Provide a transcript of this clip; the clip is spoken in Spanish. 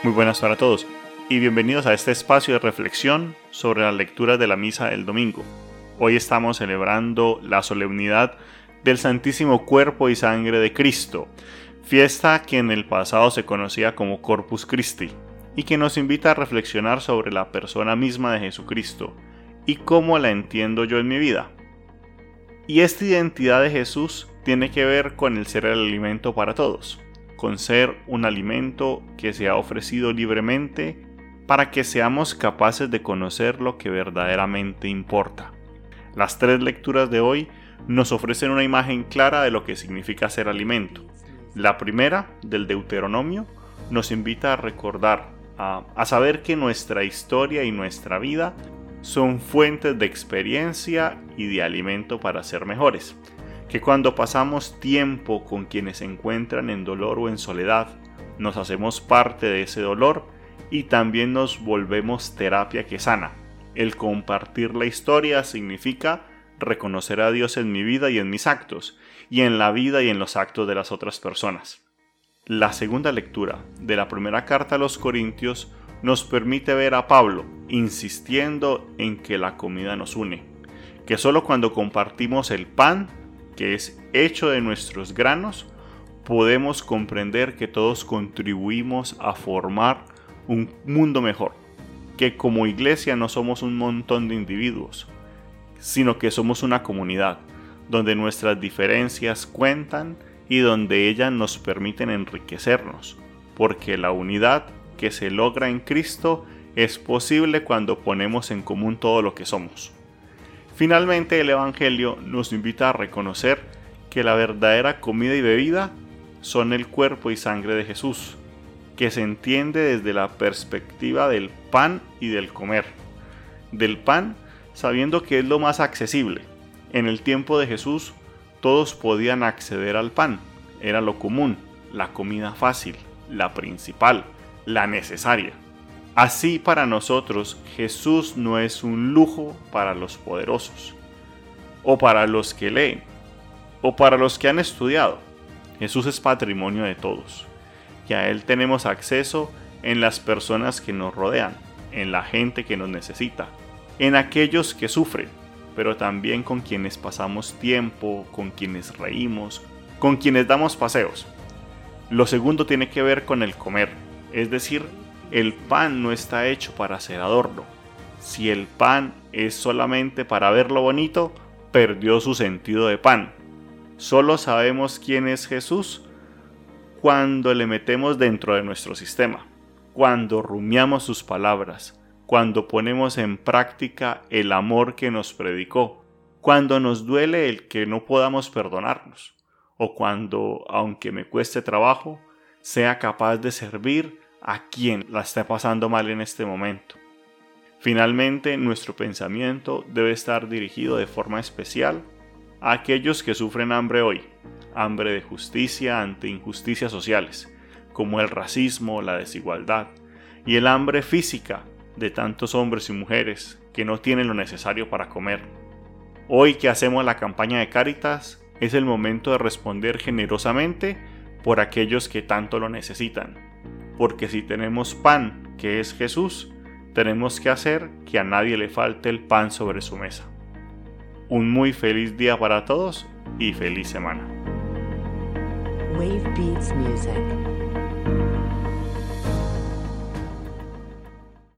Muy buenas para todos y bienvenidos a este espacio de reflexión sobre las lecturas de la misa del domingo. Hoy estamos celebrando la solemnidad del Santísimo Cuerpo y Sangre de Cristo, fiesta que en el pasado se conocía como Corpus Christi y que nos invita a reflexionar sobre la persona misma de Jesucristo y cómo la entiendo yo en mi vida. Y esta identidad de Jesús tiene que ver con el ser el alimento para todos, con ser un alimento que se ha ofrecido libremente para que seamos capaces de conocer lo que verdaderamente importa. Las tres lecturas de hoy nos ofrecen una imagen clara de lo que significa ser alimento. La primera, del Deuteronomio, nos invita a recordar, a saber que nuestra historia y nuestra vida son fuentes de experiencia y de alimento para ser mejores. Que cuando pasamos tiempo con quienes se encuentran en dolor o en soledad, nos hacemos parte de ese dolor y también nos volvemos terapia que sana. El compartir la historia significa reconocer a Dios en mi vida y en mis actos, y en la vida y en los actos de las otras personas. La segunda lectura de la primera carta a los Corintios nos permite ver a Pablo insistiendo en que la comida nos une, que solo cuando compartimos el pan, que es hecho de nuestros granos, podemos comprender que todos contribuimos a formar un mundo mejor, que como iglesia no somos un montón de individuos, sino que somos una comunidad, donde nuestras diferencias cuentan y donde ellas nos permiten enriquecernos, porque la unidad que se logra en Cristo es posible cuando ponemos en común todo lo que somos. Finalmente, el Evangelio nos invita a reconocer que la verdadera comida y bebida son el cuerpo y sangre de Jesús, que se entiende desde la perspectiva del pan y del comer. Del pan, sabiendo que es lo más accesible. En el tiempo de Jesús, todos podían acceder al pan. Era lo común, la comida fácil, la principal, la necesaria. Así para nosotros, Jesús no es un lujo para los poderosos, o para los que leen, o para los que han estudiado. Jesús es patrimonio de todos, y a Él tenemos acceso en las personas que nos rodean, en la gente que nos necesita, en aquellos que sufren, pero también con quienes pasamos tiempo, con quienes reímos, con quienes damos paseos. Lo segundo tiene que ver con el comer, es decir, el pan no está hecho para ser adorno. Si el pan es solamente para verlo bonito, perdió su sentido de pan. Solo sabemos quién es Jesús cuando le metemos dentro de nuestro sistema, cuando rumiamos sus palabras, cuando ponemos en práctica el amor que nos predicó, cuando nos duele el que no podamos perdonarnos, o cuando, aunque me cueste trabajo, sea capaz de servir a quien la esté pasando mal en este momento. Finalmente, nuestro pensamiento debe estar dirigido de forma especial a aquellos que sufren hambre hoy, hambre de justicia ante injusticias sociales, como el racismo, la desigualdad, y el hambre física de tantos hombres y mujeres que no tienen lo necesario para comer. Hoy que hacemos la campaña de Cáritas, es el momento de responder generosamente por aquellos que tanto lo necesitan. Porque si tenemos pan, que es Jesús, tenemos que hacer que a nadie le falte el pan sobre su mesa. Un muy feliz día para todos y feliz semana. Wave Beats Music.